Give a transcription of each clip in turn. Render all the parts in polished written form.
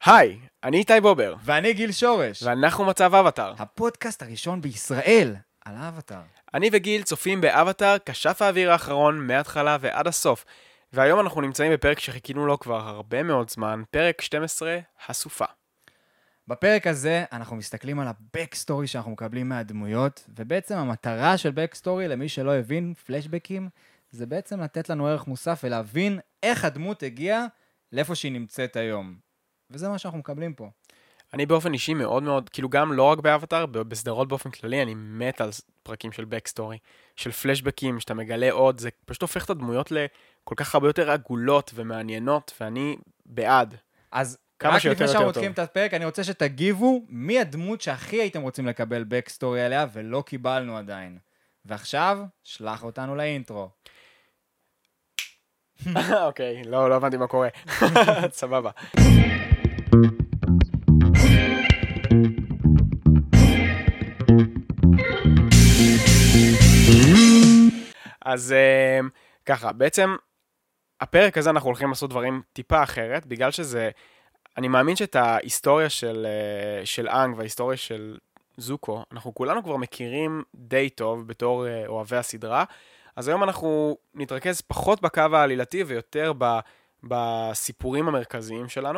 היי, אני איתי בובר, ואני גיל שורש. ואנחנו מצב אבטר. הפודקאסט הראשון בישראל על האבטר. אני וגיל צופים באבטר כשף האוויר האחרון מההתחלה ועד הסוף, והיום אנחנו נמצאים בפרק שחיכינו לו כבר הרבה מאוד זמן, פרק 12, הסופה. בפרק הזה אנחנו מסתכלים על הבקסטורי שאנחנו מקבלים מהדמויות, ובעצם המטרה של בקסטורי, למי שלא הבין, פלשבקים, זה בעצם לתת לנו ערך מוסף ולהבין איך הדמות הגיעה לאיפה שהיא נמצאת היום. וזה מה שאנחנו מקבלים פה. אני באופן אישי מאוד מאוד, כאילו גם לא רק באבטר, בסדרות באופן כללי, אני מת על פרקים של בקסטורי, של פלשבקים, שאתה מגלה עוד, זה פשוט הופך את הדמויות לכל כך הרבה יותר עגולות ומעניינות, ואני בעד. אז כמה רק שיותר לפני יותר שאנחנו טוב. מתחילים את הפרק, אני רוצה שתגיבו מי הדמות שהכי הייתם רוצים לקבל בקסטורי עליה, ולא קיבלנו עדיין. ועכשיו, שלח אותנו לאינטרו. אוקיי, לא הבנתי מה קורה. סבבה. אז ככה, בעצם הפרק הזה אנחנו הולכים לעשות דברים טיפה אחרת, בגלל שזה, אני מאמין שאת ההיסטוריה של אנג וההיסטוריה של זוקו, אנחנו כולנו כבר מכירים די טוב בתור אוהבי הסדרה, אז היום אנחנו נתרכז פחות בקו העלילתי ויותר בסיפורים המרכזיים שלנו.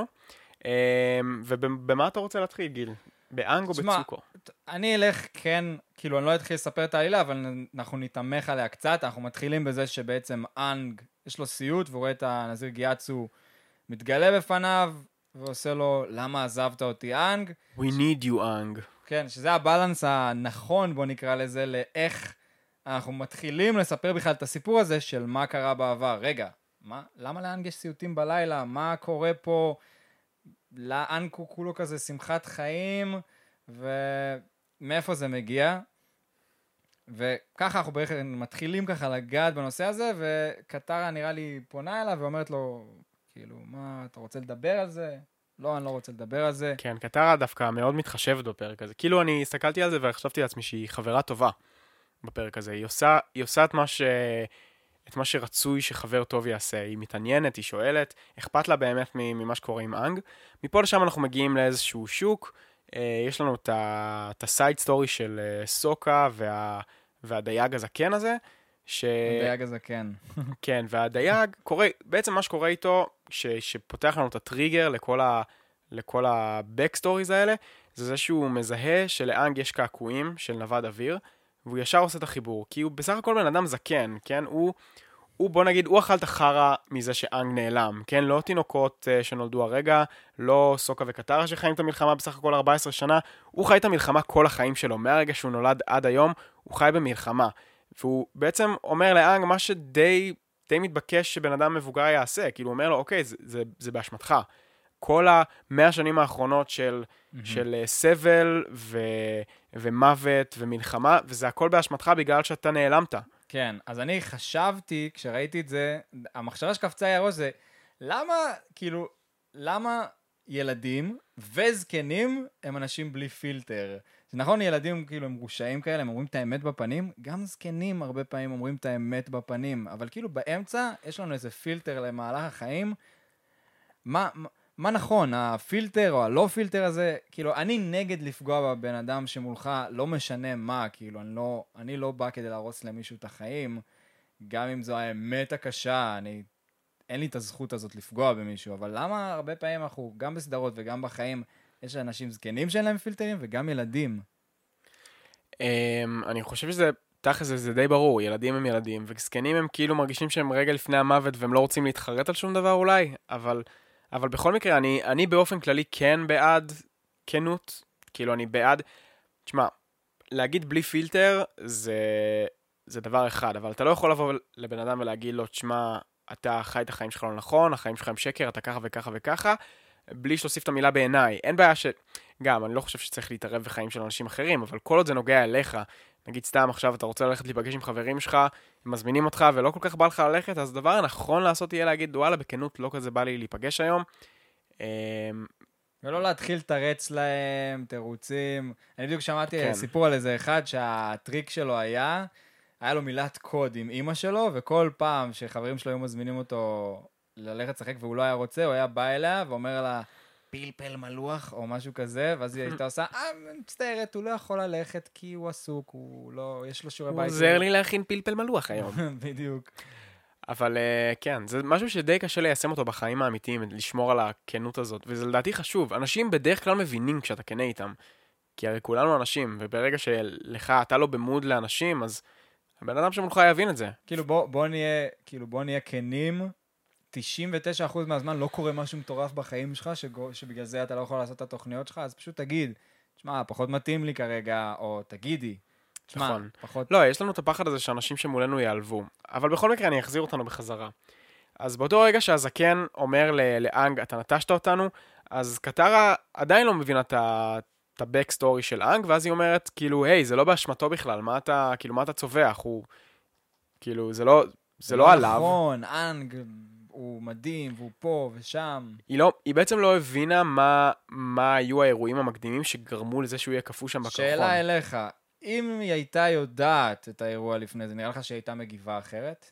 ובמה אתה רוצה להתחיל, גיל? באנג או בצוקו? אני אלך, כן, כאילו אני לא אתחיל לספר את העלילה, אבל אנחנו נתמך עליה קצת. אנחנו מתחילים בזה שבעצם אנג, יש לו סיוט, והוא רואה את הנזיר גיאצו מתגלה בפניו, ועושה לו, למה עזבת אותי אנג? We need you, אנג. כן, שזה הבלנס הנכון, בוא נקרא לזה, לאיך אנחנו מתחילים לספר בכלל את הסיפור הזה של מה קרה בעבר. רגע, למה לאנג יש סיוטים בלילה? מה קורה פה? לאנג כולו כזה שמחת חיים, ומאיפה זה מגיע? וככה אנחנו בערך מתחילים ככה לגעת בנושא הזה, וקטרה נראה לי פונה אליו ואומרת לו, כאילו, מה, אתה רוצה לדבר על זה? לא, אני לא רוצה לדבר על זה. כן, קטרה דווקא מאוד מתחשבת בפרק הזה. כאילו אני הסתכלתי על זה וחשבתי לעצמי שהיא חברה טובה בפרק הזה. היא עושה את מה שרצוי שחבר טוב יעשה. היא מתעניינת, היא שואלת, אכפת לה באמת ממה שקורה עם אנג. מפה לשם אנחנו מגיעים לאיזשהו שוק. יש לנו את הסייד סטורי של סוקה והדייג הזקן הזה. הדייג הזקן. כן, והדייג קורה, בעצם מה שקורה איתו, שפותח לנו את הטריגר לכל הבקסטוריז האלה, זה שהוא מזהה שלאנג יש קעקועים של נווד אוויר, והוא ישר עושה את החיבור, כי הוא בסך הכל בן אדם זקן, כן? הוא בוא נגיד, הוא אכל את החרה מזה שאנג נעלם, כן? לא תינוקות שנולדו הרגע, לא סוקה וקטרה שחיים את המלחמה בסך הכל 14 שנה, הוא חי את המלחמה כל החיים שלו, מהרגע שהוא נולד עד היום, הוא חי במלחמה. והוא בעצם אומר לאנג מה שדי מתבקש שבן אדם מבוגר יעשה, כאילו הוא אומר לו, אוקיי, זה באשמתך. כל 100 שנים האחרונות של סבל ומוות ומלחמה, וזה הכל באשמתך בגלל שאתה נעלמת. כן, אז אני חשבתי, כשראיתי את זה, המחשבה שקפצה היה ראש זה, למה ילדים וזקנים הם אנשים בלי פילטר? זה נכון, ילדים כאילו הם רושעים כאלה, הם אומרים את האמת בפנים, גם זקנים הרבה פעמים אומרים את האמת בפנים, אבל כאילו באמצע יש לנו איזה פילטר למהלך החיים. מה נכון, הפילטר או הלא פילטר הזה? כאילו אני נגד לפגוע בבן אדם שמולך, לא משנה מה, כאילו אני לא בא כדי להרוס למישהו את החיים, גם אם זו האמת הקשה, אין לי את הזכות הזאת לפגוע במישהו, אבל למה הרבה פעמים אנחנו, גם בסדרות וגם בחיים, יש אנשים זקנים שאין להם פילטרים וגם ילדים? אני חושב שזה, תכל'ס זה די ברור, ילדים הם ילדים, וזקנים הם כאילו מרגישים שהם רגע לפני המוות והם לא רוצים להתחרט על שום דבר אולי, אבל בכל מקרה, אני באופן כללי כן בעד כנות, כאילו אני בעד, תשמע, להגיד בלי פילטר זה דבר אחד, אבל אתה לא יכול לבוא לבן אדם ולהגיד לו, תשמע, אתה חי את החיים שלך לא נכון, החיים שלך הם שקר, אתה ככה וככה וככה, בלי שתוסיף את המילה בעיניי. אין בעיה גם, אני לא חושב שצריך להתערב בחיים של אנשים אחרים, אבל כל עוד זה נוגע אליך, נגיד סתם עכשיו אתה רוצה ללכת להיפגש עם חברים שלך, הם מזמינים אותך ולא כל כך בא לך ללכת, אז הדבר הנכון לעשות יהיה להגיד, וואלה, בכנות לא כזה בא לי להיפגש היום. ולא להתחיל לתרץ להם, תירוצים. אני בדיוק שמעתי סיפור על איזה אחד שהטריק שלו היה לו מילת קוד עם אמא שלו, וכל פעם שחברים שלו היו מזמינים אותו ללכת לשחק והוא לא היה רוצה, הוא היה בא אליה ואומר לה, פלפל מלוח או משהו כזה, ואז היא הייתה עושה, מצטערת, הוא לא יכול ללכת כי הוא עסוק, הוא לא, יש לו שיעורי הוא בית. עוזר לי להכין פלפל מלוח היום. בדיוק. אבל כן, זה משהו שדי קשה ליישם אותו בחיים האמיתיים, לשמור על הכנות הזאת, וזה לדעתי חשוב. אנשים בדרך כלל מבינים כשאתה כנה איתם, כי הרי כולנו אנשים, וברגע שלך, אתה לא במוד לאנשים, אז הבן אדם שמולך יבין את זה. כאילו בוא נהיה כנים, 99% מהזמן לא קורה משהו מטורף בחיים שלך, שבגלל זה אתה לא יכול לעשות את התוכניות שלך, אז פשוט תגיד, תשמע, פחות מתאים לי כרגע, או תגידי. תשמע, נכון. פחות... לא, יש לנו את הפחד הזה שאנשים שמולנו ייעלבו, אבל בכל מקרה אני אחזיר אותנו בחזרה. אז באותו רגע שהזקן אומר לאנג, אתה נטשת אותנו, אז קטרה עדיין לא מבינה את הבק סטורי של אנג, ואז היא אומרת, כאילו, היי, זה לא באשמתו בכלל, מה אתה צובח? הוא, כאילו, זה לא עליו. נכון, אנג הוא מדהים, והוא פה ושם. היא בעצם לא הבינה מה היו האירועים המקדימים שגרמו לזה שהוא יהיה קפוא שם בקרחון. שאלה אליך, אם היא הייתה יודעת את האירוע לפני זה, נראה לך שהיא הייתה מגיבה אחרת?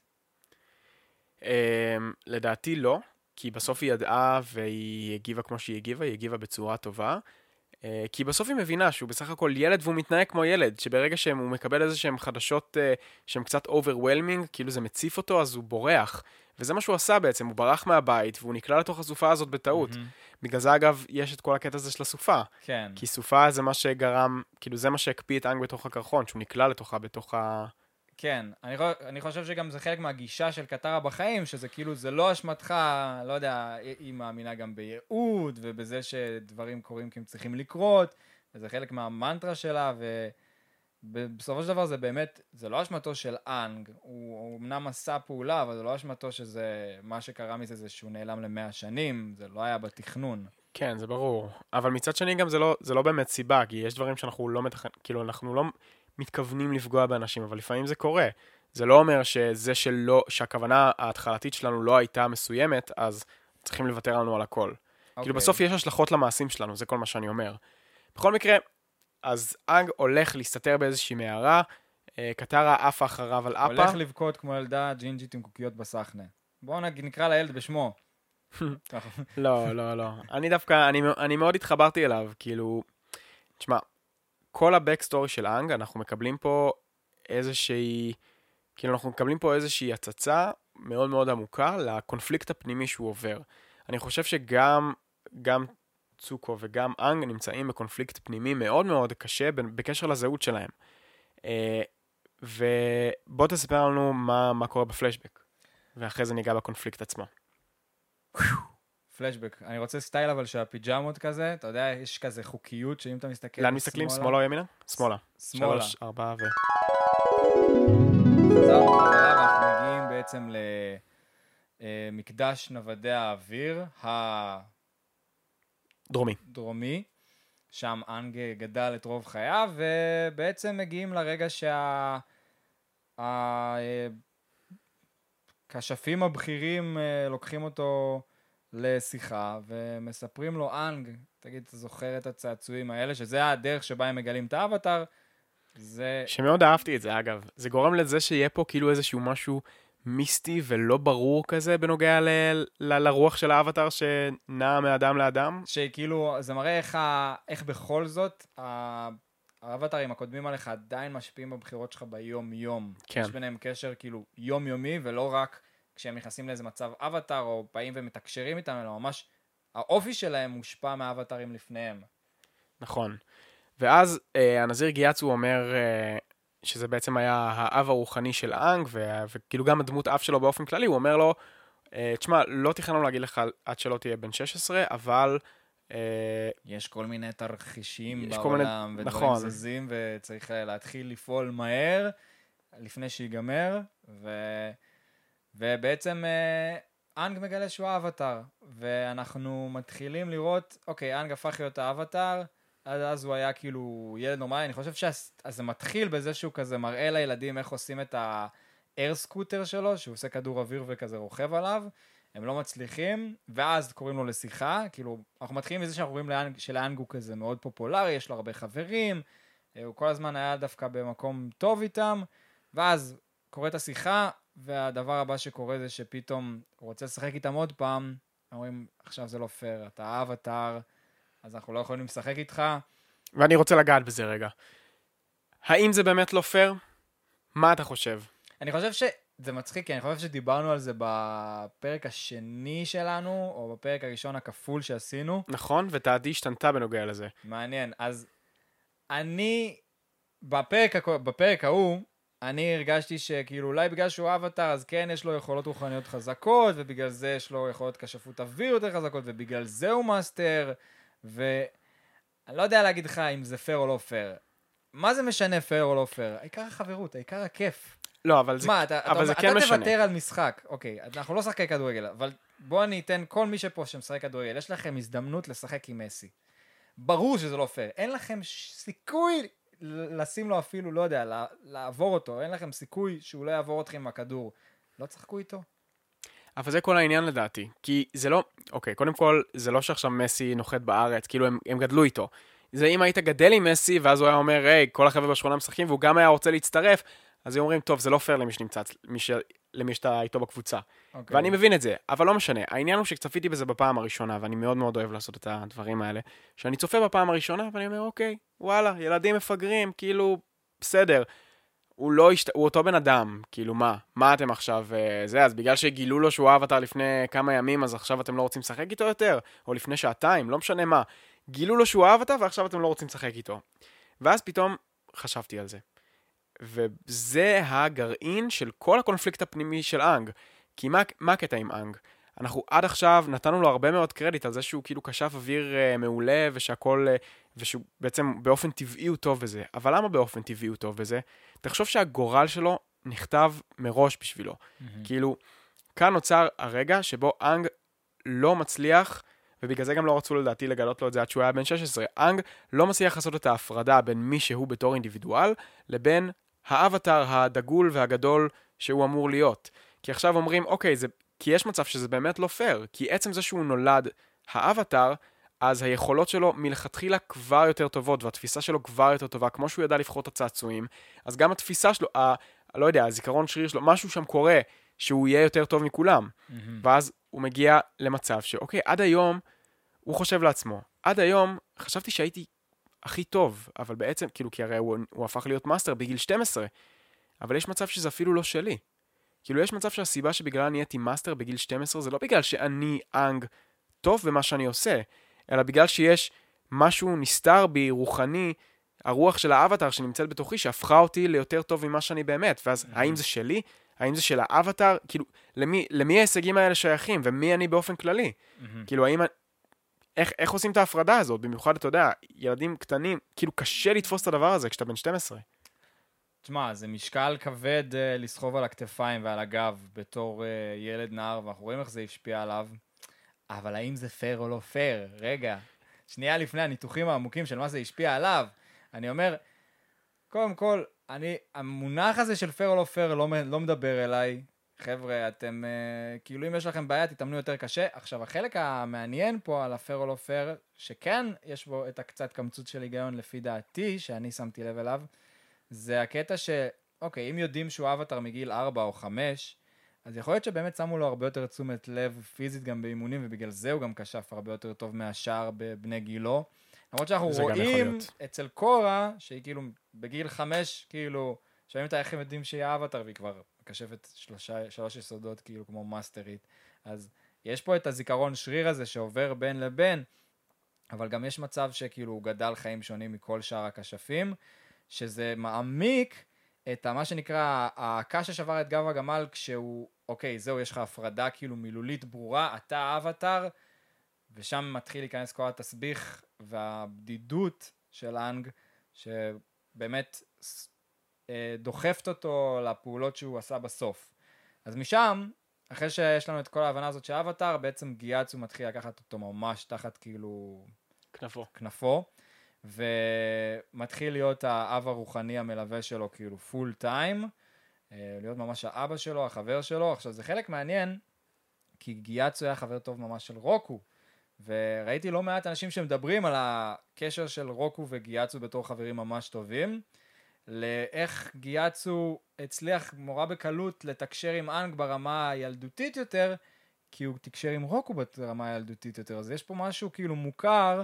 לדעתי לא, כי בסוף היא ידעה והיא הגיבה כמו שהיא הגיבה, היא הגיבה בצורה טובה. כי בסוף היא מבינה שהוא בסך הכל ילד והוא מתנהג כמו ילד, שברגע שהוא מקבל איזה שהם חדשות שהם קצת overwhelming, כאילו זה מציף אותו, אז הוא בורח. וזה מה שהוא עשה בעצם, הוא ברח מהבית והוא נקלע לתוך הסופה הזאת בטעות. בגלל זה אגב יש את כל הקטע הזה של הסופה. כן. כי סופה זה מה שגרם, כאילו זה מה שהקפיא את אנג בתוך הקרחון, שהוא נקלע לתוכה בתוך כן, אני חושב שגם זה חלק מהגישה של קטרה בחיים, שזה כאילו, זה לא אשמתך, לא יודע, היא מאמינה גם בייעוד, ובזה שדברים קורים כי הם צריכים לקרות, וזה חלק מהמנטרה שלה, ובסופו של דבר זה באמת, זה לא אשמתו של אנג, הוא אמנם עשה פעולה, אבל זה לא אשמתו שזה, מה שקרה מזה זה שהוא נעלם ל100 שנים, זה לא היה בתכנון. כן, זה ברור. אבל מצד שני גם זה לא באמת סיבה, כי יש דברים שאנחנו לא כאילו אנחנו לא מתכוונים לפגוע באנשים, אבל לפעמים זה קורה. זה לא אומר שהכוונה ההתחלתית שלנו לא הייתה מסוימת, אז צריכים לוותר לנו על הכל. כאילו בסוף יש השלכות למעשים שלנו, זה כל מה שאני אומר. בכל מקרה, אז אנג הולך להסתתר באיזושהי מערה, קטרה עפה אחריו על אפה. הולך לבכות כמו ילדה ג'ינג'ית עם קוקיות בסחנה. בואו נקרא לילד בשמו. לא. אני מאוד התחברתי אליו, כאילו, תשמע, כל הבקסטורי של אנג, אנחנו מקבלים פה איזושהי הצצה מאוד מאוד עמוקה לקונפליקט הפנימי שהוא עובר. אני חושב שגם צוקו וגם אנג נמצאים בקונפליקט פנימי מאוד מאוד קשה בקשר לזהות שלהם. ובוא תספר לנו מה קורה בפלשבק, ואחרי זה ניגע בקונפליקט עצמו. פלשבק. אני רוצה סטייל אבל של הפיג'מות כזה, אתה יודע, יש כזה חוקיות שאם אתה מסתכל... לאן מסתכלים? שמאלה או ימינה? שמאלה. 3, 4 חזרנו חזרה ואנחנו מגיעים בעצם למקדש נוודי האוויר הדרומי, שם אנג גדל את רוב חייו, ובעצם מגיעים לרגע כשפים הבכירים לוקחים אותו לשיחה, ומספרים לו, אנג, תגיד, אתה זוכר את הצעצועים האלה, שזה הדרך שבה הם מגלים את האבטר, זה... שמאוד אהבתי את זה, אגב. זה גורם לזה שיהיה פה כאילו איזשהו משהו מיסטי ולא ברור כזה, בנוגע לרוח של האבטר שנע מאדם לאדם. שכאילו, זה מראה איך בכל זאת, האבטרים הקודמים עליך עדיין משפיעים בבחירות שלך ביום-יום. כן. יש ביניהם קשר כאילו יומיומי, ולא רק כשהם נכנסים לאיזה מצב אבטר, או באים ומתקשרים איתם, אלא ממש האופי שלהם מושפע מהאבטרים לפניהם. נכון. ואז הנזיר גיאצו אומר שזה בעצם היה האב הרוחני של אנג, וכאילו גם הדמות אב שלו באופן כללי, הוא אומר לו, תשמע, לא תכננו להגיד לך עד שלא תהיה בן 16, אבל... יש כל מיני תרחישים בעולם, ודברים זזים, וצריך להתחיל לפעול מהר, לפני שיגמר, ובעצם אנג מגלה שהוא האבטר, ואנחנו מתחילים לראות, אוקיי, אנג הפך להיות האבטר, אז הוא היה כאילו ילד נורמלי, אני חושב שזה מתחיל בזה שהוא כזה מראה לילדים איך עושים את האר סקוטר שלו, שהוא עושה כדור אוויר וכזה רוכב עליו, הם לא מצליחים, ואז קוראים לו לשיחה, כאילו, אנחנו מתחילים מזה שאנחנו רואים שלאנג הוא כזה מאוד פופולרי, יש לו הרבה חברים, הוא כל הזמן היה דווקא במקום טוב איתם, ואז קוראת השיחה, והדבר הבא שקורה זה שפתאום הוא רוצה לשחק איתם עוד פעם, אומרים, עכשיו זה לא פייר, אתה אבטאר, אז אנחנו לא יכולים לשחק איתך. ואני רוצה לגעת בזה רגע. האם זה באמת לא פייר? מה אתה חושב? אני חושב שזה מצחיק, כי אני חושב שדיברנו על זה בפרק השני שלנו, או בפרק הראשון הכפול שעשינו. נכון, ודעתי השתנתה בנוגע לזה. מעניין. אז אני, בפרק ההוא, אני הרגשתי שכאילו אולי בגלל שהוא אבטאר, אז כן יש לו יכולות רוחניות חזקות, ובגלל זה יש לו יכולות כשפות אוויר יותר חזקות, ובגלל זה הוא מאסטר, ואני לא יודע להגיד לך אם זה פייר או לא פייר. מה זה משנה פייר או לא פייר? העיקר החברות, העיקר הכיף. לא, אבל זה, זה כן משנה. אתה תוותר על משחק. אוקיי, אנחנו לא שחקי כדורגל, אבל בוא אני אתן כל מי שפה שמשחק כדורגל, יש לכם הזדמנות לשחק עם מסי. ברור שזה לא פייר. אין לכם סיכוי לשים לו אפילו, לא יודע, לעבור אותו. אין לכם סיכוי שהוא לא יעבור אתכם עם הכדור. לא צחקו איתו. אבל זה כל העניין לדעתי. כי זה לא, אוקיי, קודם כל, זה לא שעכשיו מסי נוחת בארץ, כאילו הם גדלו איתו. זה אם היית גדל עם מסי, ואז הוא היה אומר, היי, כל החבר'ה בשכונה משחקים, והוא גם היה רוצה להצטרף, אז הם אומרים, טוב, זה לא פייר למי שנמצא, למי שאתה איתו בקבוצה. אוקיי. ואני מבין את זה, אבל לא משנה. העניין הוא שצפיתי בזה בפעם הראשונה, ואני מאוד מאוד אוהב לעשות את הדברים האלה, שאני צופה בפעם הראשונה, ואני אומר, אוקיי, וואלה, ילדים מפגרים, כאילו, בסדר. הוא אותו בן אדם, כאילו מה אתם עכשיו, אז בגלל שגילו לו שהוא אבטאר לפני כמה ימים, אז עכשיו אתם לא רוצים לשחק איתו יותר? או לפני שעתיים, לא משנה מה. גילו לו שהוא אבטאר, ועכשיו אתם לא רוצים לשחק איתו. ואז פתאום חשבתי על זה. וזה הגרעין של כל הקונפליקט הפנימי של אנג. כי מה הקטע עם אנג? אנחנו עד עכשיו נתנו לו הרבה מאוד קרדיט על זה שהוא כאילו כשף אוויר מעולה, ושהוא בעצם באופן טבעי הוא טוב בזה. אבל למה באופן טבעי הוא טוב בזה? תחשוב שהגורל שלו נכתב מראש בשבילו. כאילו, כאן נוצר הרגע שבו אנג לא מצליח, ובגלל זה גם לא רצו לדעתי לגלות לו את זה עד שהוא היה בן 16. אנג לא מצליח לעשות את ההפרדה בין מי שהוא בתור אינדיבידואל, לבין האבטאר הדגול והגדול שהוא אמור להיות. כי עכשיו אומרים, אוקיי, כי יש מצב שזה באמת לא פייר, כי עצם זה שהוא נולד האבטאר, אז היכולות שלו מלכתחילה כבר יותר טובות, והתפיסה שלו כבר יותר טובה, כמו שהוא ידע לבחור את הצעצועים, אז גם התפיסה שלו, לא יודע, הזיכרון שריר שלו, משהו שם קורה, שהוא יהיה יותר טוב מכולם. ואז הוא מגיע למצב שאוקיי, עד היום, הוא חושב לעצמו, עד היום חשבתי שהייתי הכי טוב, אבל בעצם, כאילו, כי הרי הוא הפך להיות מאסטר בגיל 12, אבל יש מצב שזה אפילו לא שלי. כאילו, יש מצב שהסיבה שבגלל נהייתי מאסטר בגיל 12, זה לא בגלל שאני אנג טוב במה שאני עושה, אלא בגלל שיש משהו נסתר בי, רוחני, הרוח של האבטאר שנמצאת בתוכי, שהפכה אותי ליותר טוב ממה שאני באמת. ואז, האם זה שלי? האם זה של האבטאר? כאילו, למי ההישגים האלה שייכים? ומי אני באופן כללי? כאילו, איך עושים את ההפרדה הזאת? במיוחד, אתה יודע, ילדים קטנים, כאילו, קשה לתפוס את הדבר הזה כשאתה בן 12. תשמע, זה משקל כבד לסחוב על הכתפיים ועל הגב בתור ילד נער, ואנחנו רואים איך זה השפיע עליו. אבל האם זה פייר או לא פייר? רגע, שנייה לפני הניתוחים העמוקים של מה זה השפיע עליו, אני אומר, קודם כל, המונח הזה של פייר או לא פייר לא מדבר אליי. חבר'ה, אתם, כאילו אם יש לכם בעיה, תתאמנו יותר קשה. עכשיו, החלק המעניין פה על הפייר או לא פייר, שכן יש בו את הקצת קמצות של היגיון לפי דעתי, שאני שמתי לב אליו, זה הקטע אוקיי, אם יודעים שהוא אבטאר מגיל 4 או 5, אז יכול להיות שבאמת שמו לו הרבה יותר תשומת לב פיזית גם באימונים, ובגלל זה הוא גם כשף הרבה יותר טוב מהשאר בבני גילו. למרות שאנחנו רואים אצל קורה, שהיא כאילו בגיל 5, כאילו, שומעים את איך הם יודעים שהיא אבטאר, והיא כבר מקשפת 3 יסודות, כאילו כמו מאסטרית. אז יש פה את הזיכרון שריר הזה שעובר בין לבין, אבל גם יש מצב שכאילו הוא גדל חיים שונים מכל שאר הכשפים, שזה מעמיק את מה שנקרא, הקש ששבר את גב הגמל, כשהוא, אוקיי, זהו, יש לך הפרדה כאילו מילולית ברורה, אתה אבטאר, ושם מתחיל להיכנס כל התסביך והבדידות של אנג, שבאמת דוחפת אותו לפעולות שהוא עשה בסוף. אז משם, אחרי שיש לנו את כל ההבנה הזאת של אבטאר, בעצם גיאצו מתחיל לקחת אותו ממש תחת כאילו כנפו, ומתחיל להיות האב הרוחני המלווה שלו כאילו פול טיים, להיות ממש האבא שלו, החבר שלו. עכשיו זה חלק מעניין, כי גיאצו היה חבר טוב ממש של רוקו, וראיתי לא מעט אנשים שמדברים על הקשר של רוקו וגיאצו בתור חברים ממש טובים, לאיך גיאצו הצליח מורה בקלות לתקשר עם אנג ברמה הילדותית יותר, כי הוא תקשר עם רוקו ברמה הילדותית יותר, אז יש פה משהו כאילו מוכר,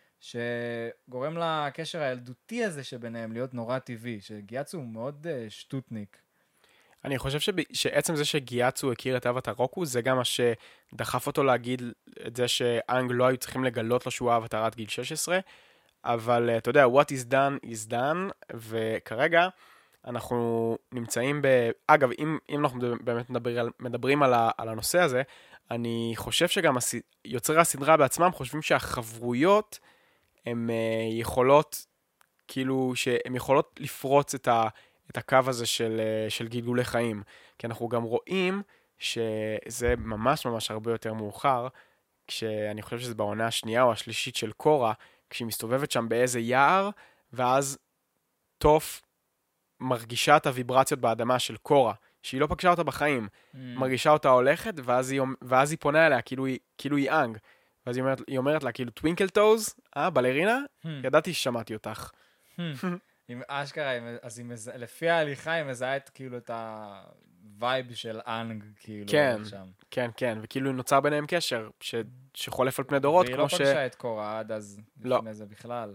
שגורם לקשר הילדותי הזה שביניהם להיות נורא טבעי, שגיאצו הוא מאוד שטוטניק. אני חושב שעצם זה שגיאצו הכיר את אבטר רוקו, זה גם מה שדחף אותו להגיד את זה שאנג לא היו צריכים לגלות לו שהוא אבטר עד גיל 16, אבל אתה יודע, what is done is done, וכרגע אנחנו נמצאים אגב, אם אנחנו באמת מדברים על הנושא הזה, אני חושב שגם יוצרי הסדרה בעצמם חושבים שהחברויות הן יכולות, כאילו, שהן יכולות לפרוץ את הקו הזה של גלגולי חיים. כי אנחנו גם רואים שזה ממש ממש הרבה יותר מאוחר, כשאני חושב שזה בעונה השנייה או השלישית של קורה, כשהיא מסתובבת שם באיזה יער, ואז טוף מרגישה את הוויברציות באדמה של קורה, שהיא לא פגשה אותה בחיים, מרגישה אותה הולכת, ואז היא פונה אליה, כאילו היא אנג. ואז היא אומרת לה, כאילו, טווינקל טוז, בלרינה? ידעתי ששמעתי אותך. עם אשכרה, אז לפי ההליכה היא מזהה כאילו את הווייב של אנג, כאילו, שם. כן, כן, וכאילו נוצר ביניהם קשר, שחולף על פני דורות, והיא לא פגשה את קורה עד אז, לפני זה בכלל.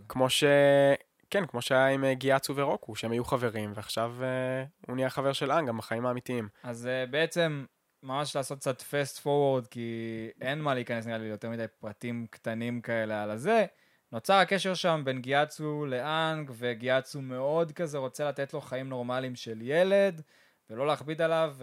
כמו שהיה עם גיאצו ורוקו, שהם היו חברים, ועכשיו הוא נהיה חבר של אנג, גם בחיים האמיתיים. אז בעצם, ממש לעשות קצת fast forward, כי אין מה להיכנס נראה לי יותר מדי פרטים קטנים כאלה על הזה, נוצר הקשר שם בין גיאצו לאנג, וגיאצו מאוד כזה רוצה לתת לו חיים נורמליים של ילד, ולא להכביד עליו,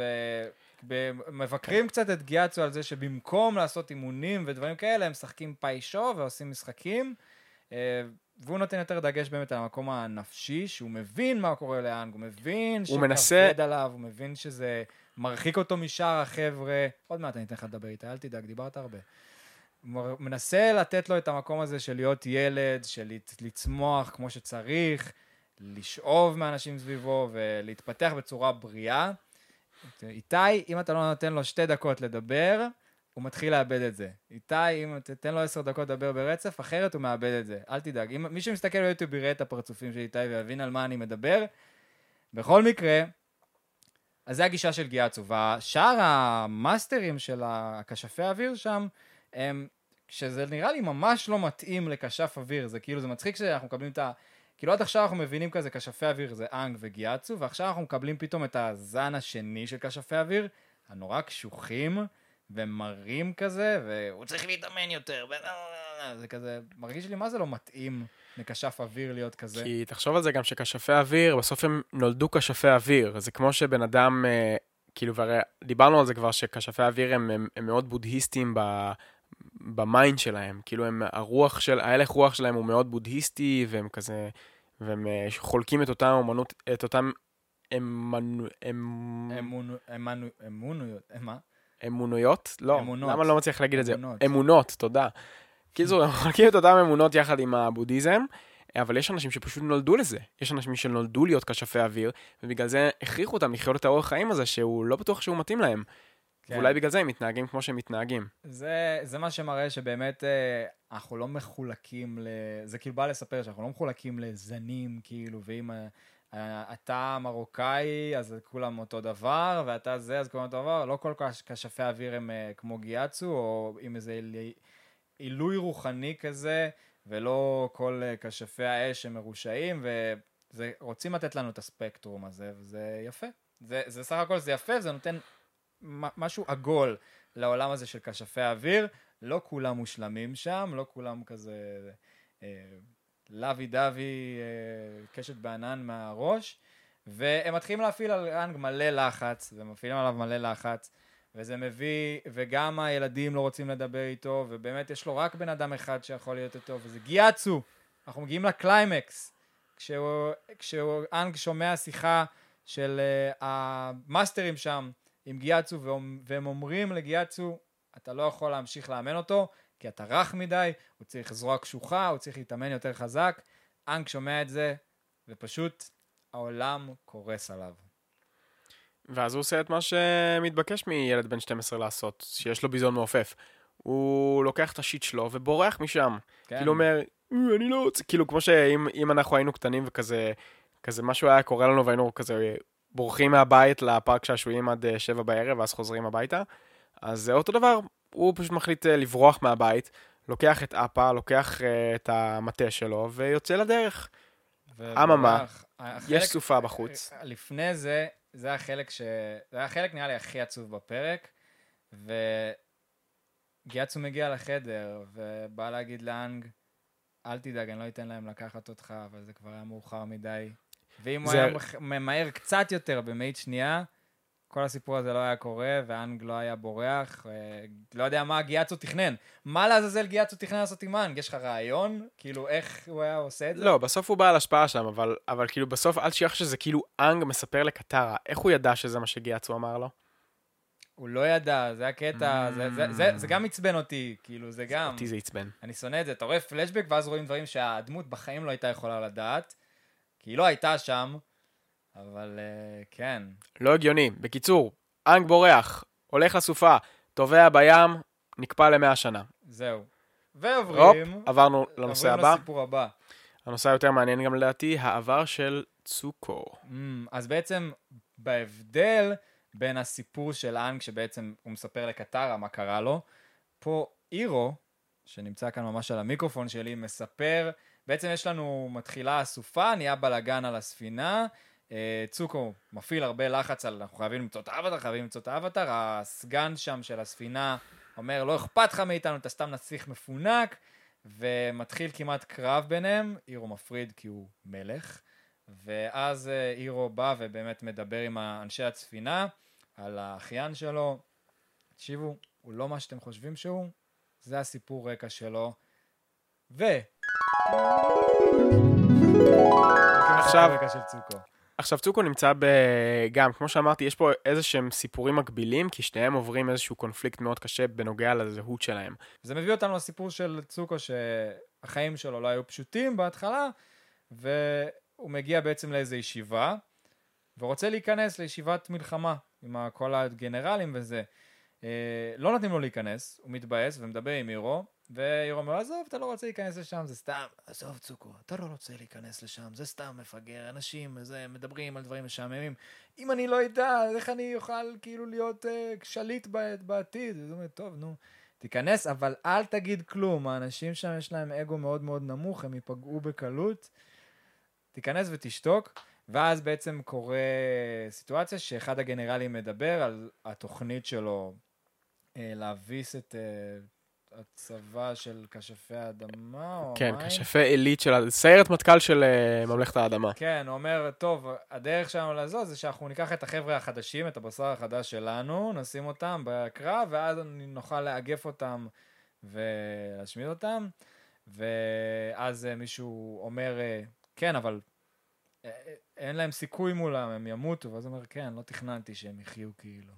ומבקרים קצת את גיאצו על זה שבמקום לעשות אימונים ודברים כאלה, הם משחקים פיישו ועושים משחקים, והוא נותן יותר דגש באמת על המקום הנפשי, שהוא מבין מה קורה לאנג, הוא מבין שכבד עליו, הוא מבין שזה מרחיק אותו משאר החבר'ה, עוד מעט אני אתן לך לדבר איתה, אל תדאג, דיברת הרבה. הוא מנסה לתת לו את המקום הזה של להיות ילד, של לצמוח כמו שצריך, לשאוב מאנשים סביבו ולהתפתח בצורה בריאה. איתי, אם אתה לא נותן לו 2 דקות לדבר, הוא מתחיל לאבד את זה. איתי, אם תתן לו 10 דקות לדבר ברצף, אחרת הוא מאבד את זה. אל תדאג. מי שמסתכל ביוטיוב יראה את הפרצופים של איתי ויבין על מה אני מדבר. בכל מקרה, אז זה הגישה של גיאצו. והשאר המאסטרים של הכשפי האוויר שם, שזה נראה לי ממש לא מתאים לכשף אוויר, זה כאילו, זה מצחיק שאנחנו מקבלים את כאילו עד עכשיו אנחנו מבינים כזה כשפי אוויר זה אנג וגיאצו, ועכשיו אנחנו מקבלים פתאום את הזן השני של כשפי אוויר, הנורא קשוחים ומרים כזה, והוא צריך להתאמן יותר, זה כזה, מרגיש לי מה זה לא מתאים לכשף אוויר להיות כזה. כי תחשוב על זה גם שכשפי אוויר, בסוף הם נולדו כשפי אוויר, זה כמו שבן אדם, כאילו, דיברנו על זה כבר שכשפי אוויר הם מאוד בודהיסטים במיינד שלהם, כאילו ההלך רוח שלהם הוא מאוד בודהיסטי, והם כזה, והם חולקים את אותם אומנות, את אותם אמונויות? לא, למה לא מצליח להגיד את זה? אמונות, תודה. כאילו, הם חולקים את אותם אמונות יחד עם הבודהיזם, אבל יש אנשים שפשוט נולדו לזה. יש אנשים שנולדו להיות כשפי אוויר, ובגלל זה הכריחו אותם לחיות את האורח חיים הזה, שהוא לא בטוח שהוא מתאים להם. כן. ואולי בגלל זה הם מתנהגים כמו שהם מתנהגים. זה מה שמראה שבאמת אנחנו לא מחולקים, זה כאילו בא לספר שאנחנו לא מחולקים לזנים, כאילו, ואם אתה מרוקאי, אז כולם אותו דבר, ואתה זה, אז כולם אותו דבר, לא כל כשפי האוויר הם כמו גיאצו, או עם איזה עילוי רוחני כזה, ולא כל כשפי האש הם מרושעים, ורוצים לתת לנו את הספקטרום הזה, וזה יפה. זה סך הכל, זה יפה, וזה נותן משהו עגול לעולם הזה של כשפי האוויר, לא כולם מושלמים שם, לא כולם כזה לוי דווי, קשת בענן מהראש, והם מתחילים להפעיל על אנג מלא לחץ, ומפעילים עליו מלא לחץ, וזה מביא, וגם הילדים לא רוצים לדבר איתו, ובאמת יש לו רק בן אדם אחד שיכול להיות איתו, וזה גיאצו. אנחנו מגיעים לקליימקס, כשהוא אנג שומע שיחה של המאסטרים שם, עם גיאצו, והם אומרים לגיאצו, אתה לא יכול להמשיך לאמן אותו, כי אתה רך מדי, הוא צריך זרוע קשוחה, הוא צריך להתאמן יותר חזק. אנג שומע את זה, ופשוט העולם קורס עליו. ואז הוא עושה את מה שמתבקש מילד בן 12 לעשות, שיש לו ביזון מעופף. הוא לוקח את השיט שלו ובורח משם. כן. כאילו אומר, אני לא רוצה, כאילו כמו שאם אנחנו היינו קטנים וכזה, כזה משהו היה קורה לנו והיינו כזה בורחים מהבית לפארק שעשועים עד 7 בערב, ואז חוזרים הביתה. אז זה אותו דבר, הוא פשוט מחליט לברוח מהבית, לוקח את אפה, לוקח את המטה שלו, ויוצא לדרך. אממה, יש סופה בחוץ. לפני זה, זה היה חלק נראה לי הכי עצוב בפרק, וגיאצו מגיע לחדר, ובא להגיד לאנג, אל תדאג, אני לא אתן להם לקחת אותך, אבל זה כבר היה מאוחר מדי. ואם הוא היה ממהר קצת יותר במאית שנייה, כל הסיפור הזה לא היה קורה, ואנג לא היה בורח, לא יודע מה גיאצו תכנן. מה לעזאזל גיאצו תכנן לעשות עם אנג? יש לך רעיון? כאילו, איך הוא היה עושה את זה? לא, בסוף הוא בא על השפעה שם, אבל כאילו בסוף אל תשכח שזה כאילו אנג מספר לקטרה. איך הוא ידע שזה מה שגיאצו אמר לו? הוא לא ידע, זה הקטע, זה גם עצבן אותי, כאילו, זה גם... אותי זה עצבן. אני שונא את זה, אתה רואה פלשבק, ואז רואים דברים שהדמות בחיים לא הייתה יכולה לדעת, כי היא לא הייתה שם, אבל כן. לא הגיוני. בקיצור, אנג בורח, הולך לסופה, טובע בים, נקפא ל100 שנה. זהו. ועוברים... עברנו לנושא הבא. עוברים לסיפור הבא. הנושא היותר מעניין גם לדעתי, העבר של צוקו. אז בעצם, בהבדל בין הסיפור של אנג, שבעצם הוא מספר לקטרה מה קרה לו, פה אירו, שנמצא כאן ממש על המיקרופון שלי, מספר, בעצם יש לנו, מתחילה הסופה, נהיה בלגן על הספינה, צוקו מפעיל הרבה לחץ על, אנחנו חייבים למצוא את האבטר, הסגן שם של הספינה אומר, לא אכפת לך מאיתנו, אתה סתם נסיך מפונק, ומתחיל כמעט קרב ביניהם, אירו מפריד כי הוא מלך, ואז אירו בא ובאמת מדבר עם אנשי הספינה, על האחיין שלו, תקשיבו, הוא לא מה שאתם חושבים שהוא, זה הסיפור רקע שלו, עכשיו צוקו נמצא גם, כמו שאמרתי, יש פה איזשהם סיפורים מקבילים, כי שניהם עוברים איזשהו קונפליקט מאוד קשה בנוגע לזהות שלהם. זה מביא אותנו לסיפור של צוקו, שהחיים שלו לא היו פשוטים בהתחלה, והוא מגיע בעצם לאיזו ישיבה, ורוצה להיכנס לישיבת מלחמה, עם כל הגנרלים וזה. לא נותנים לו להיכנס, הוא מתבאס ומדבר עם אירו, ואירו אומר, עזוב, אתה לא רוצה להיכנס לשם, זה סתם. עזוב צוקו, אתה לא רוצה להיכנס לשם, זה סתם מפגר, אנשים מדברים על דברים משעממים. אם אני לא ידע, איך אני אוכל כאילו להיות שליט בעתיד? זאת אומרת, טוב, נו, תיכנס, אבל אל תגיד כלום, האנשים שם יש להם אגו מאוד מאוד נמוך, הם ייפגעו בקלות. תיכנס ותשתוק, ואז בעצם קורה סיטואציה שאחד הגנרלים מדבר על התוכנית שלו להביס את הצבא של כשפי האדמה או כן, המים. כשפי עילית של סיירת מטכ"ל של ממלכת האדמה. כן, הוא אומר, טוב, הדרך שלנו לזאת זה שאנחנו ניקח את החבר'ה החדשים, את הבשר החדש שלנו, נשים אותם בקרב, ואז נוכל לאגף אותם ולהשמיד אותם, ואז מישהו אומר, כן, אבל אין להם סיכוי מולם, הם ימותו, ואז הוא אומר, כן, לא תכננתי שהם יחיו כאילו.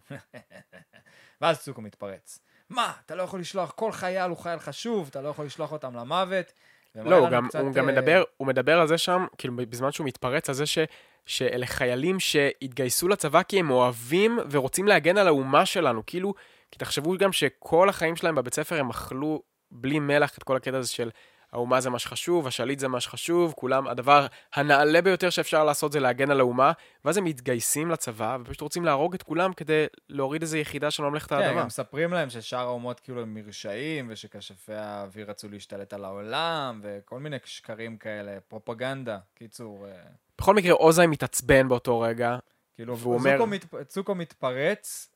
ואז צוקו מתפרץ. מה? אתה לא יכול לשלוח, כל חייל הוא חייל חשוב, אתה לא יכול לשלוח אותם למוות. לא, הוא גם מדבר על זה שם, כאילו בזמן שהוא מתפרץ, על זה שאלה חיילים שהתגייסו לצבא כי הם אוהבים ורוצים להגן על האומה שלנו, כאילו, כי תחשבו גם שכל החיים שלהם בבית ספר הם אכלו בלי מלח את כל הקטע הזה של האומה זה מה שחשוב, השליט זה מה שחשוב, כולם, הדבר הנעלה ביותר שאפשר לעשות זה להגן על האומה, ואז הם מתגייסים לצבא, ופשוט רוצים להרוג את כולם כדי להוריד איזו יחידה של ממלכת האדמה. כן, גם מספרים להם ששאר האומות כאילו הם מרשעים, ושכשפי האוויר רצו להשתלט על העולם, וכל מיני שקרים כאלה, פרופגנדה, קיצור. בכל מקרה, אוזאי מתעצבן באותו רגע, כאילו, צוקו מתפרץ,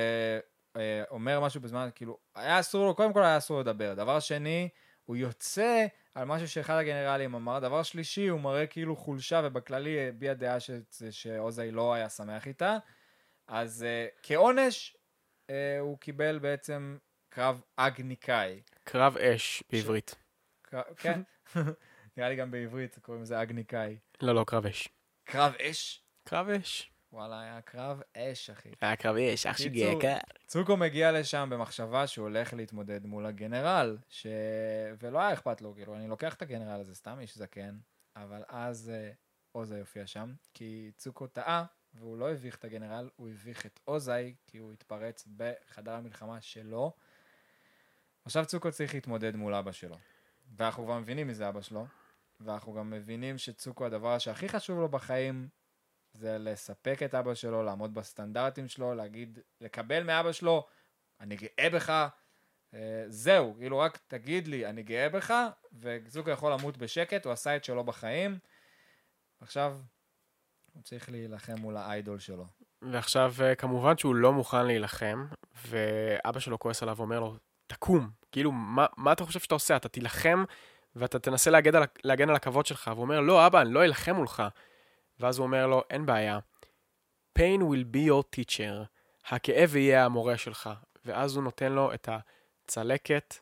ואומר משהו בזמן, כאילו, היה אסור לו, קודם כל היה אסור לדבר. דבר שני, הוא יוצא על משהו שאחד הגנרלים אמר. דבר שלישי, הוא מראה כאילו חולשה, ובכללי הביע דעה שאוזאי לא היה שמח איתה. אז כעונש, הוא קיבל בעצם קרב אגניקאי. קרב אש בעברית. כן, נראה לי גם בעברית קוראים לזה אגניקאי. לא, קרב אש. קרב אש? קרב אש. וואלה, היה קרב אש, אחי. היה קרב אש, אח שלי יקר. צוקו מגיע לשם במחשבה שהוא הולך להתמודד מול הגנרל, ולא היה אכפת לו, כאילו, אני לוקח את הגנרל הזה, סתם איש זקן, אבל אז אוזאי יופיע שם, כי צוקו טעה, והוא לא הביך את הגנרל, הוא הביך את אוזאי, כי הוא התפרץ בחדר המלחמה שלו. עכשיו צוקו צריך להתמודד מול אבא שלו, ואנחנו כבר מבינים מי זה אבא שלו, ואנחנו גם מבינים שצוקו הדבר שהכי חשוב לו בחיים, זה לספק את אבא שלו, לעמוד בסטנדרטים שלו, לקבל מאבא שלו, אני גאה בך, זהו, כאילו רק תגיד לי, אני גאה בך, וצוקו יכול למות בשקט, הוא עשה את שלו בחיים, עכשיו הוא צריך להילחם מול האיידול שלו. ועכשיו, כמובן שהוא לא מוכן להילחם, ואבא שלו כועס עליו ואומר לו, תקום, כאילו, מה אתה חושב שאתה עושה? אתה תילחם, ואתה תנסה להגן על הכבוד שלך. והוא אומר, לא, אבא, אני לא אלחם מולך. ואז הוא אומר לו, אין בעיה. Pain will be your teacher. הכאב יהיה המורה שלך. ואז הוא נותן לו את הצלקת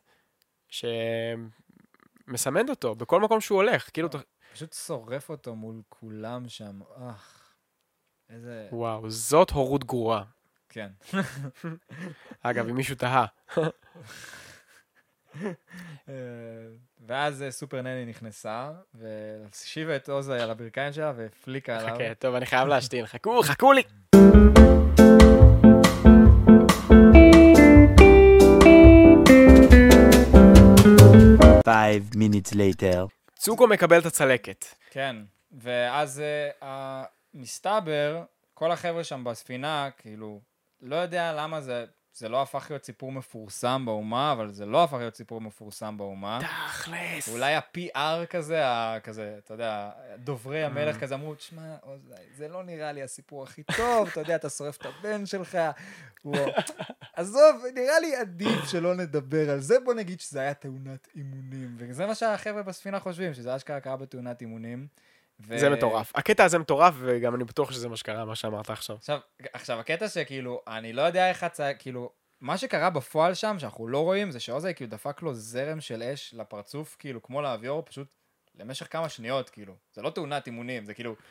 שמסמנת אותו בכל מקום שהוא הולך. כאילו, פשוט שורף אותו מול כולם שם. איזה... וואו, זאת הורות גרועה. כן. אגב, אם מישהו תהה. ואז סופר נני נכנסה, והשיבה את עוז על הברכיים שלה, והפליקה עליו. חכה, טוב, אני חייב להשתין. חכו לי! Five minutes later. צוקו מקבל את הצלקת. כן, ואז מסתבר, כל החבר'ה שם בספינה, כאילו, לא יודע למה זה לא הפך להיות סיפור מפורסם באומה, אבל זה לא הפך להיות סיפור מפורסם באומה. תכלס. אולי ה-PR כזה, אתה יודע, דוברי המלך כזה אמרו, תשמע, זה לא נראה לי הסיפור הכי טוב, אתה יודע, אתה שורף את הבן שלך, עזוב, נראה לי עדיף שלא נדבר על זה, בוא נגיד שזה היה תאונת אימונים, וזה מה שהחבר'ה בספינה חושבים, שזה אשכרה קרה בתאונת אימונים. זה מטורף. הקטע הזה מטורף, וגם אני בטוח שזה מה שקרה, מה שאמרת עכשיו. עכשיו, הקטע שכאילו, אני לא יודע איך כאילו, מה שקרה בפועל שם, שאנחנו לא רואים, זה שעוזי כאילו דפק לו זרם של אש לפרצוף, כאילו, כמו לאוויר, פשוט למשך כמה שניות, כאילו. זה לא תאונת אימונים, זה כאילו...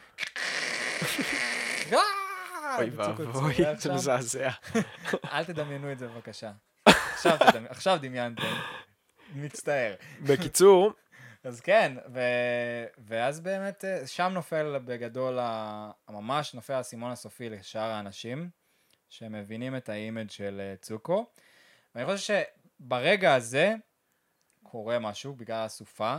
אוי ואבוי, זה מזעזע. אל תדמיינו את זה בבקשה. עכשיו דמיינתם. מצטער. בקיצור... אז כן, ואז באמת שם נופל בגדול, ממש נופל הסימון הסופי לשאר האנשים, שמבינים את האימג' של צוקו. ואני חושב שברגע הזה קורה משהו בגלל הסופה,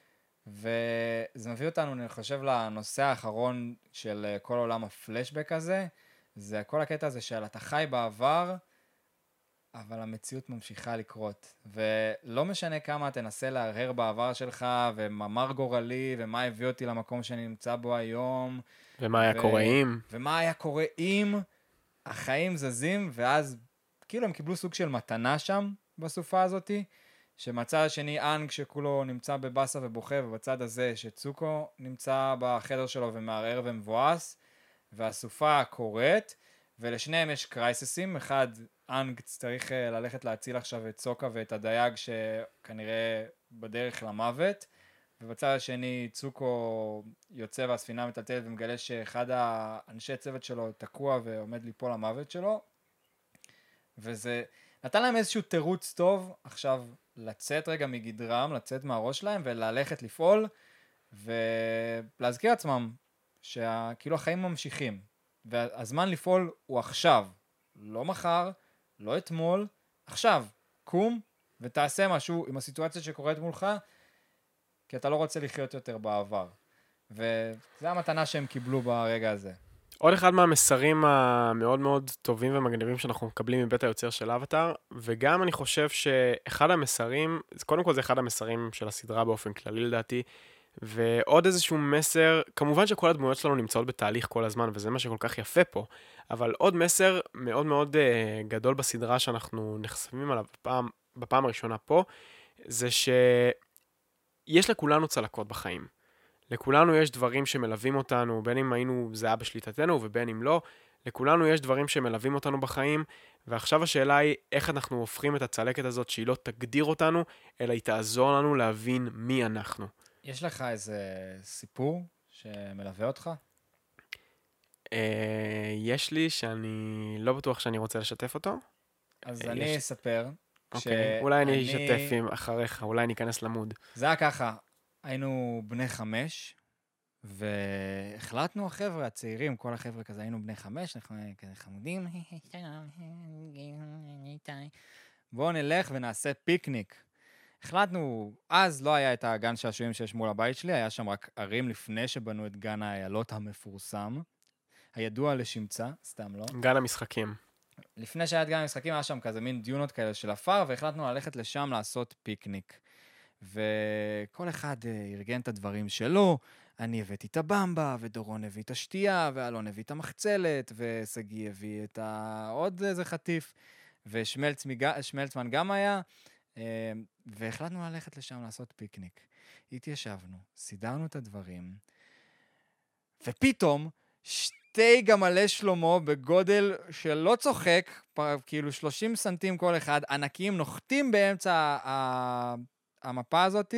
וזה מביא אותנו, אני חושב, לנושא האחרון של כל עולם הפלשבק הזה, זה כל הקטע הזה של אתה חי בעבר, אבל המציאות ממשיכה לקרות, ולא משנה כמה תנסה להרהר בעבר שלך, וממר גורלי, ומה הביא אותי למקום שאני נמצא בו היום. ומה היה קורה אם. ומה היה קורה אם החיים זזים, ואז כאילו הם קיבלו סוג של מתנה שם, בסופה הזאת, שמצד השני אנג שכולו נמצא בבאסה ובוכה, ובצד הזה שצוקו נמצא בחדר שלו ומערער ומבואס, והסופה קורית, ולשניהם יש קרייססים, אחד אנג צריך ללכת להציל עכשיו את סוקה ואת הדייג שכנראה בדרך למוות, ובצד השני צוקו יוצא והספינה מטלטלת ומגלה שאחד האנשי צוות שלו תקוע ועומד ליפול למוות שלו, וזה נתן להם איזשהו תירוץ טוב עכשיו לצאת רגע מגדרם, לצאת מהראש שלהם וללכת לפעול ולהזכיר עצמם שכאילו החיים ממשיכים, והזמן לפעול הוא עכשיו, לא מחר, לא אתמול, עכשיו, קום ותעשה משהו עם הסיטואציה שקורית מולך, כי אתה לא רוצה לחיות יותר בעבר. וזה המתנה שהם קיבלו ברגע הזה. עוד אחד מהמסרים המאוד מאוד טובים ומגניבים שאנחנו מקבלים מבית היוצר של אבטאר, וגם אני חושב שאחד המסרים, קודם כל זה אחד המסרים של הסדרה באופן כללי לדעתי, ועוד איזשהו מסר, כמובן שכל הדמויות שלנו נמצאות בתהליך כל הזמן, וזה מה שכל כך יפה פה, אבל עוד מסר מאוד מאוד גדול בסדרה שאנחנו נחשפים עליו בפעם הראשונה פה, זה שיש לכולנו צלקות בחיים. לכולנו יש דברים שמלווים אותנו, בין אם זה היה בשליטתנו ובין אם לא, לכולנו יש דברים שמלווים אותנו בחיים, ועכשיו השאלה היא איך אנחנו הופכים את הצלקת הזאת שהיא לא תגדיר אותנו, אלא היא תעזור לנו להבין מי אנחנו. יש לך איזה סיפור שמלווה אותך? יש לי שאני לא בטוח שאני רוצה לשתף אותו. אז אני אספר. אוקיי, אולי אני אשתף אחריך, אולי אני אכנס למוד. זה היה ככה, היינו בני 5, והחלטנו החבר'ה הצעירים, כל החבר'ה כזה, היינו בני 5, כזה חמודים, בואו נלך ונעשה פיקניק. החלטנו, אז לא היה את הגן שעשועים שיש מול הבית שלי, היה שם רק ערים לפני שבנו את גן האיילות המפורסם, הידוע לשמצה, סתם לא. גן המשחקים. לפני שהיה את גם המשחקים, היה שם כזה מין דיונות כאלה של עפר, והחלטנו ללכת לשם לעשות פיקניק. וכל אחד ארגן את הדברים שלו, אני הבאתי את הבמבה, ודורון הביא את השתייה, ואלון הביא את המחצלת, וסגי הביא את עוד איזה חטיף, ושמלצמן גם היה, והחלטנו ללכת לשם לעשות פיקניק. התיישבנו, סידרנו את הדברים, ופתאום שתי גמלי שלמה בגודל שלא צוחק, כאילו 30 סנטים כל אחד, ענקים, נוחתים באמצע המפה הזאת,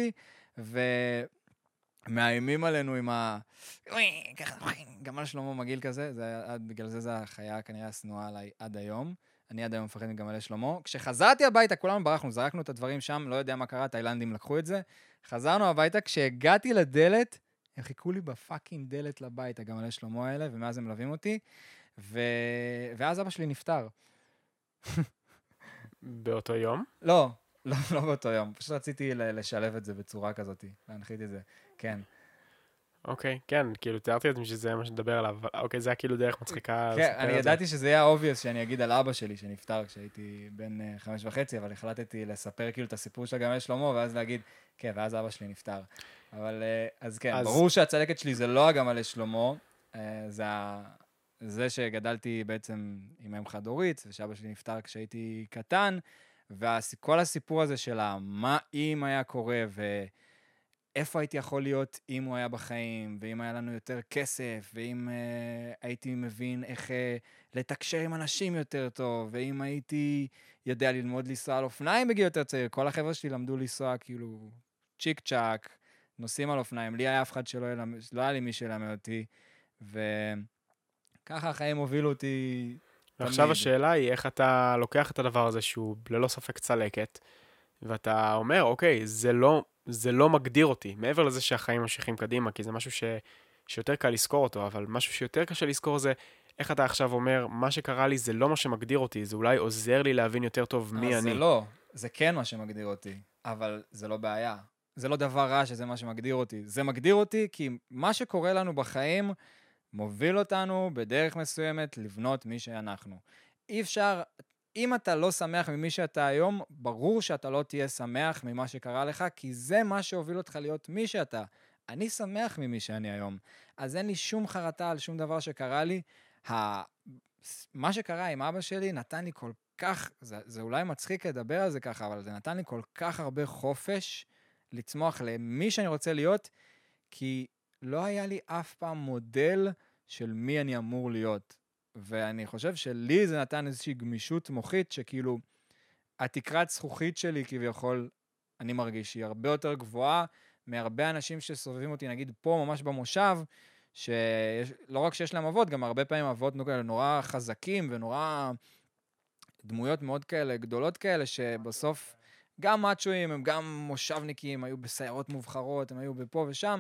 ומאיימים עלינו עם ככה, גמל שלמה מגעיל כזה, בגלל זה החיה כנראה השנואה עליי עד היום. אני עד היום מפחד מגמלי שלמה. כשחזרתי הביתה, כולנו ברחנו, זרקנו את הדברים שם, לא יודע מה קרה, תאילנדים לקחו את זה. חזרנו הביתה, כשהגעתי לדלת, הם חיכו לי בפאקינג דלת לבית, הגמלי שלמה האלה, ומאז הם מלווים אותי, ואז אבא שלי נפטר. באותו יום? לא באותו יום. פשוט רציתי לשלב את זה בצורה כזאת, להנחית את זה. כן. אוקיי, כן, כאילו תיארתי את זה שזה מה שנדבר עליו, אבל אוקיי, זה היה כאילו דרך מצחיקה. כן, אני ידעתי שזה יהיה obvious שאני אגיד על אבא שלי שנפטר כשהייתי בן 5.5, אבל החלטתי לספר כאילו את הסיפור של גמל שלמה, ואז להגיד, כן, ואז אבא שלי נפטר. אבל, אז כן, ברור שהצלקת שלי זה לא הגמלי שלמה, זה שגדלתי בעצם עם אם חד-הורית, ושאבא שלי נפטר כשהייתי קטן, וכל הסיפור הזה של מה אם היה קורה, איפה הייתי יכול להיות אם הוא היה בחיים, ואם היה לנו יותר כסף, ואם הייתי מבין איך לתקשר עם אנשים יותר טוב, ואם הייתי יודע ללמוד לנסוע על אופניים בגיל יותר צעיר. כל החבר'ה שלי למדו לנסוע כאילו צ'יק צ'אק, נוסעים על אופניים. לי היה אף אחד לא היה לי מי שלמד אותי, וככה החיים הובילו אותי ועכשיו השאלה היא איך אתה לוקח את הדבר הזה שהוא ללא ספק צלקת, ואתה אומר, אוקיי, זה לא מגדיר אותי, מעבר לזה שהחיים ממשיכים קדימה, כי זה משהו שיותר קל לזכור אותו, אבל משהו שיותר קשה לזכור זה, איך אתה עכשיו אומר, מה שקרה לי זה לא מה שמגדיר אותי, זה אולי עוזר לי להבין יותר טוב מי אני. זה לא, זה כן מה שמגדיר אותי, אבל זה לא בעיה. זה לא דבר רע שזה מה שמגדיר אותי. זה מגדיר אותי כי מה שקורה לנו בחיים מוביל אותנו בדרך מסוימת לבנות מי שאנחנו. אי אפשר, אם אתה לא שמח ממי שאתה היום, ברור שאתה לא תהיה שמח ממה שקרה לך, כי זה מה שהוביל אותך להיות מי שאתה. אני שמח ממי שאני היום. אז אין לי שום חרטה על שום דבר שקרה לי. מה שקרה עם אבא שלי נתן לי כל כך, זה אולי מצחיק לדבר על זה ככה, אבל זה נתן לי כל כך הרבה חופש לצמוח למי שאני רוצה להיות, כי לא היה לי אף פעם מודל של מי אני אמור להיות. ואני חושב שלי זה נתן איזושהי גמישות מוחית, שכאילו, התקרת זכוכית שלי כביכול, אני מרגיש שהיא הרבה יותר גבוהה, מהרבה אנשים שסובבים אותי, נגיד פה ממש במושב, שלא רק שיש להם אבות, גם הרבה פעמים אבות נורא חזקים, ונורא דמויות מאוד כאלה, גדולות כאלה, שבסוף גם מאצ'ואים, הם גם מושבניקים, היו בסיירות מובחרות, הם היו בפה ושם,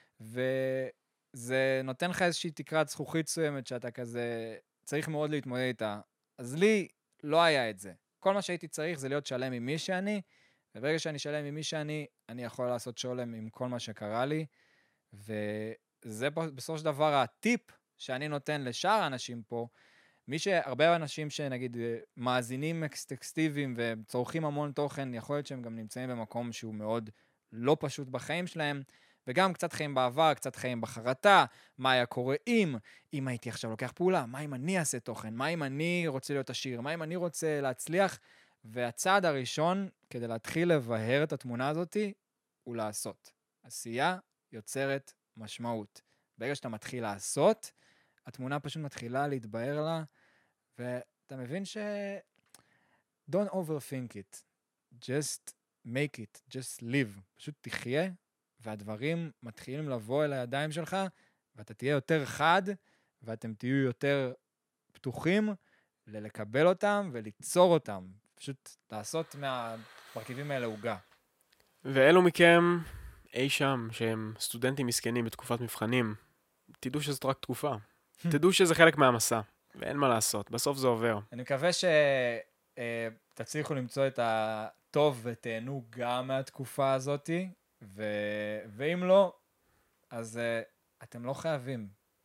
וזה נותן לך איזושהי תקרת זכוכית מסוימת, שאתה כזה צריך מאוד להתמודד איתה. אז לי לא היה את זה. כל מה שהייתי צריך זה להיות שלם עם מי שאני, וברגע שאני שלם עם מי שאני, אני יכול לעשות שולם עם כל מה שקרה לי, וזה בסופו של דבר הטיפ שאני נותן לשאר האנשים פה, הרבה אנשים שנגיד מאזינים אקסטקסטיביים וצורכים המון תוכן, יכול להיות שהם גם נמצאים במקום שהוא מאוד לא פשוט בחיים שלהם, וגם קצת חיים בעבר, קצת חיים בחרטה, מה היה קורה אם הייתי עכשיו לוקח פעולה, מה אם אני אעשה תוכן, מה אם אני רוצה להיות עשיר, מה אם אני רוצה להצליח, והצעד הראשון כדי להתחיל לבהר את התמונה הזאת הוא לעשות. עשייה יוצרת משמעות. ברגע שאתה מתחיל לעשות, התמונה פשוט מתחילה להתבהר לה, ואתה מבין don't overthink it, just make it, just live, פשוט תחיה, והדברים מתחילים לבוא אל הידיים שלך, ואתה תהיה יותר חד, ואתם תהיו יותר פתוחים לקבל אותם וליצור אותם, פשוט לעשות מהמרכיבים האלה הוגה. ואלו מכם אי שם, שהם סטודנטים מסכנים בתקופת מבחנים, תדעו שזאת רק תקופה. תדעו שזה חלק מהמסע, ואין מה לעשות, בסוף זה עובר. אני מקווה שתצליחו למצוא את הטוב ותהנו גם מהתקופה הזאת, ואם לא, אז אתם לא חייבים.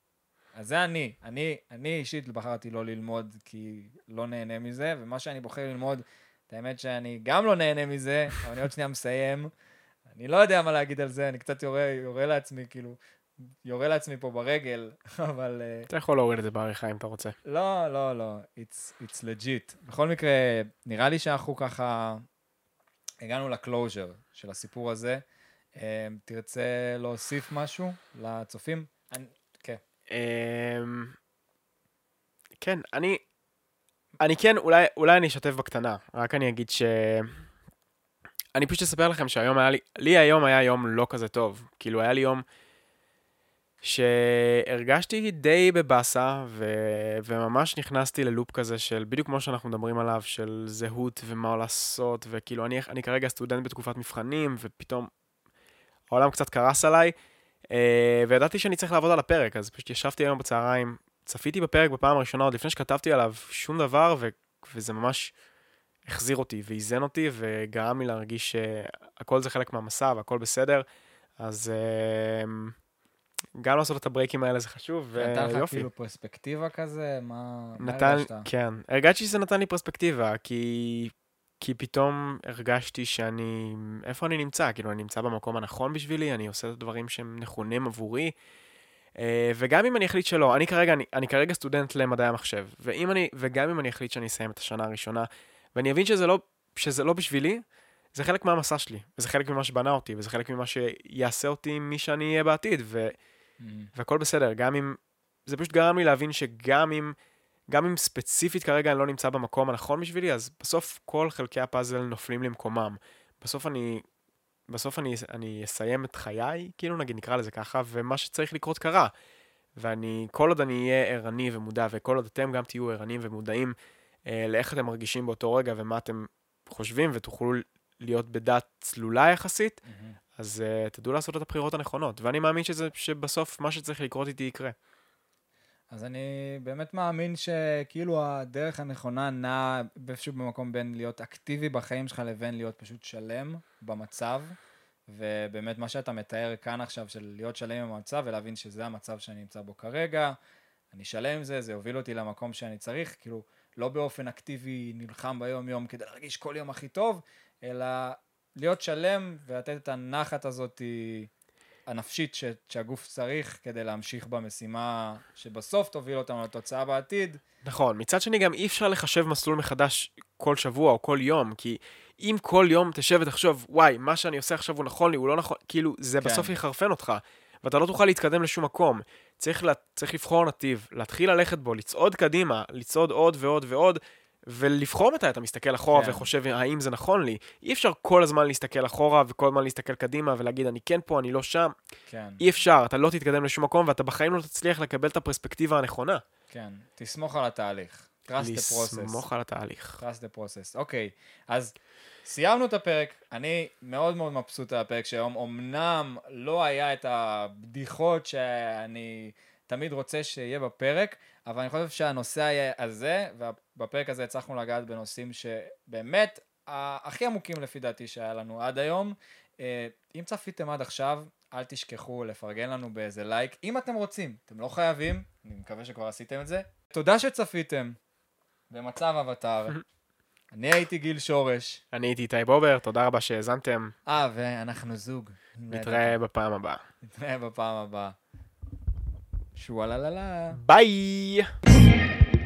אז זה אני אישית בחרתי לא ללמוד כי לא נהנה מזה, ומה שאני בוחר ללמוד, את האמת שאני גם לא נהנה מזה, אבל אני עוד שנייה מסיים. אני לא יודע מה להגיד על זה, אני קצת יורה לעצמי, כאילו, יורה לעצמי פה ברגל, אבל... אתה יכול להוריד את זה בעריכה אם אתה רוצה. לא, it's legit. בכל מקרה, נראה לי שאנחנו ככה, הגענו לקלוז'ר של הסיפור הזה. תרצה להוסיף משהו לצופים? כן. כן, אני כן, אולי אני אשתף בקטנה, רק אני אגיד אני פשוט אספר לכם שהיום לי היום היה יום לא כזה טוב, כאילו היה לי יום שהרגשתי די בבאסה, וממש נכנסתי ללופ כזה של, בדיוק כמו שאנחנו מדברים עליו, של זהות ומה לעשות, וכאילו אני כרגע סטודנט בתקופת מבחנים, ופתאום העולם קצת קרס עליי, וידעתי שאני צריך לעבוד על הפרק, אז פשוט ישבתי היום בצהריים, צפיתי בפרק בפעם הראשונה, עוד לפני שכתבתי עליו שום דבר, וזה ממש החזיר אותי ואיזן אותי, וגרם לי להרגיש שהכל זה חלק מהמסע, והכל בסדר, אז גם לעשות את הברייקים האלה זה חשוב, ויופי. נתן לך כאילו פרספקטיבה כזה? מה הרגשת? כן, הרגשתי שזה נתן לי פרספקטיבה, כי פתאום הרגשתי איפה אני נמצא? כאילו, אני נמצא במקום הנכון בשבילי, אני עושה את הדברים שהם נכונים עבורי, וגם אם אני אחליט שלא, אני כרגע סטודנט למדעי המחשב, וגם אם אני אחליט שאני אסיים את השנה הראשונה, ואני אבין שזה לא בשבילי, זה חלק מהמסע שלי, וזה חלק ממה שבנה אותי, וזה חלק ממה שיעשה אותי מי שאני אהיה בעתיד, והכל בסדר, זה פשוט גרם לי להבין שגם אם ספציפית כרגע אני לא נמצא במקום הנכון בשבילי, אז בסוף כל חלקי הפאזל נופלים למקומם. בסוף אני אסיים את חיי, כאילו נקרא לזה ככה, ומה שצריך לקרות קרה. כל עוד אני אהיה ערני ומודע, וכל עוד אתם גם תהיו ערניים ומודעים לאיך אתם מרגישים באותו רגע, ומה אתם חושבים, ותוכלו להיות בדעת צלולה יחסית, אז תדעו לעשות את הבחירות הנכונות. ואני מאמין שבסוף מה שצריך לקרות איתי יקרה. אז אני באמת מאמין שכאילו הדרך הנכונה נעה באיפשהו במקום בין להיות אקטיבי בחיים שלך לבין להיות פשוט שלם במצב, ובאמת מה שאתה מתאר כאן עכשיו של להיות שלם במצב ולהבין שזה המצב שאני נמצא בו כרגע, אני שלם עם זה, זה יוביל אותי למקום שאני צריך, כאילו לא באופן אקטיבי נלחם ביום יום כדי להרגיש כל יום הכי טוב, אלא להיות שלם ולתת את הנחת הזאת הנפשית שהגוף צריך כדי להמשיך במשימה שבסוף תוביל אותנו לתוצאה בעתיד. נכון, מצד שני גם אי אפשר לחשב מסלול מחדש כל שבוע או כל יום, כי אם כל יום תשב ותחשוב, וואי, מה שאני עושה עכשיו הוא נכון לי, הוא לא נכון, כאילו זה בסוף יחרפן אותך, ואתה לא תוכל להתקדם לשום מקום. צריך לבחור נתיב, להתחיל ללכת בו, לצעוד קדימה, לצעוד עוד ועוד ועוד, ולבחור מתי אתה מסתכל אחורה וחושב האם זה נכון לי. אי אפשר כל הזמן להסתכל אחורה וכל הזמן להסתכל קדימה ולהגיד אני כן פה, אני לא שם. כן. אי אפשר, אתה לא תתקדם לשום מקום ואתה בחיים לא תצליח לקבל את הפרספקטיבה הנכונה. כן, תסמוך על התהליך. Trust the process. לסמוך על התהליך. Trust the process. אוקיי, אז סיימנו את הפרק. אני מאוד מאוד מבסוט על הפרק שהיום. אמנם לא היה את הבדיחות שאני תמיד רוצה שיהיה בפרק, אבל אני חושב שהנושא הזה, ובפרק הזה הצלחנו לגעת בנושאים שבאמת הכי עמוקים לפי דעתי שהיה לנו עד היום. אם צפיתם עד עכשיו, אל תשכחו לפרגן לנו באיזה לייק. אם אתם רוצים, אתם לא חייבים, אני מקווה שכבר עשיתם את זה. תודה שצפיתם במצב אבטר. אני הייתי גיל שורש. אני הייתי איתי בובר, תודה רבה שהאזנתם. ואנחנו זוג. נתראה בפעם הבאה. נתראה בפעם הבאה. שוואללה. ביי!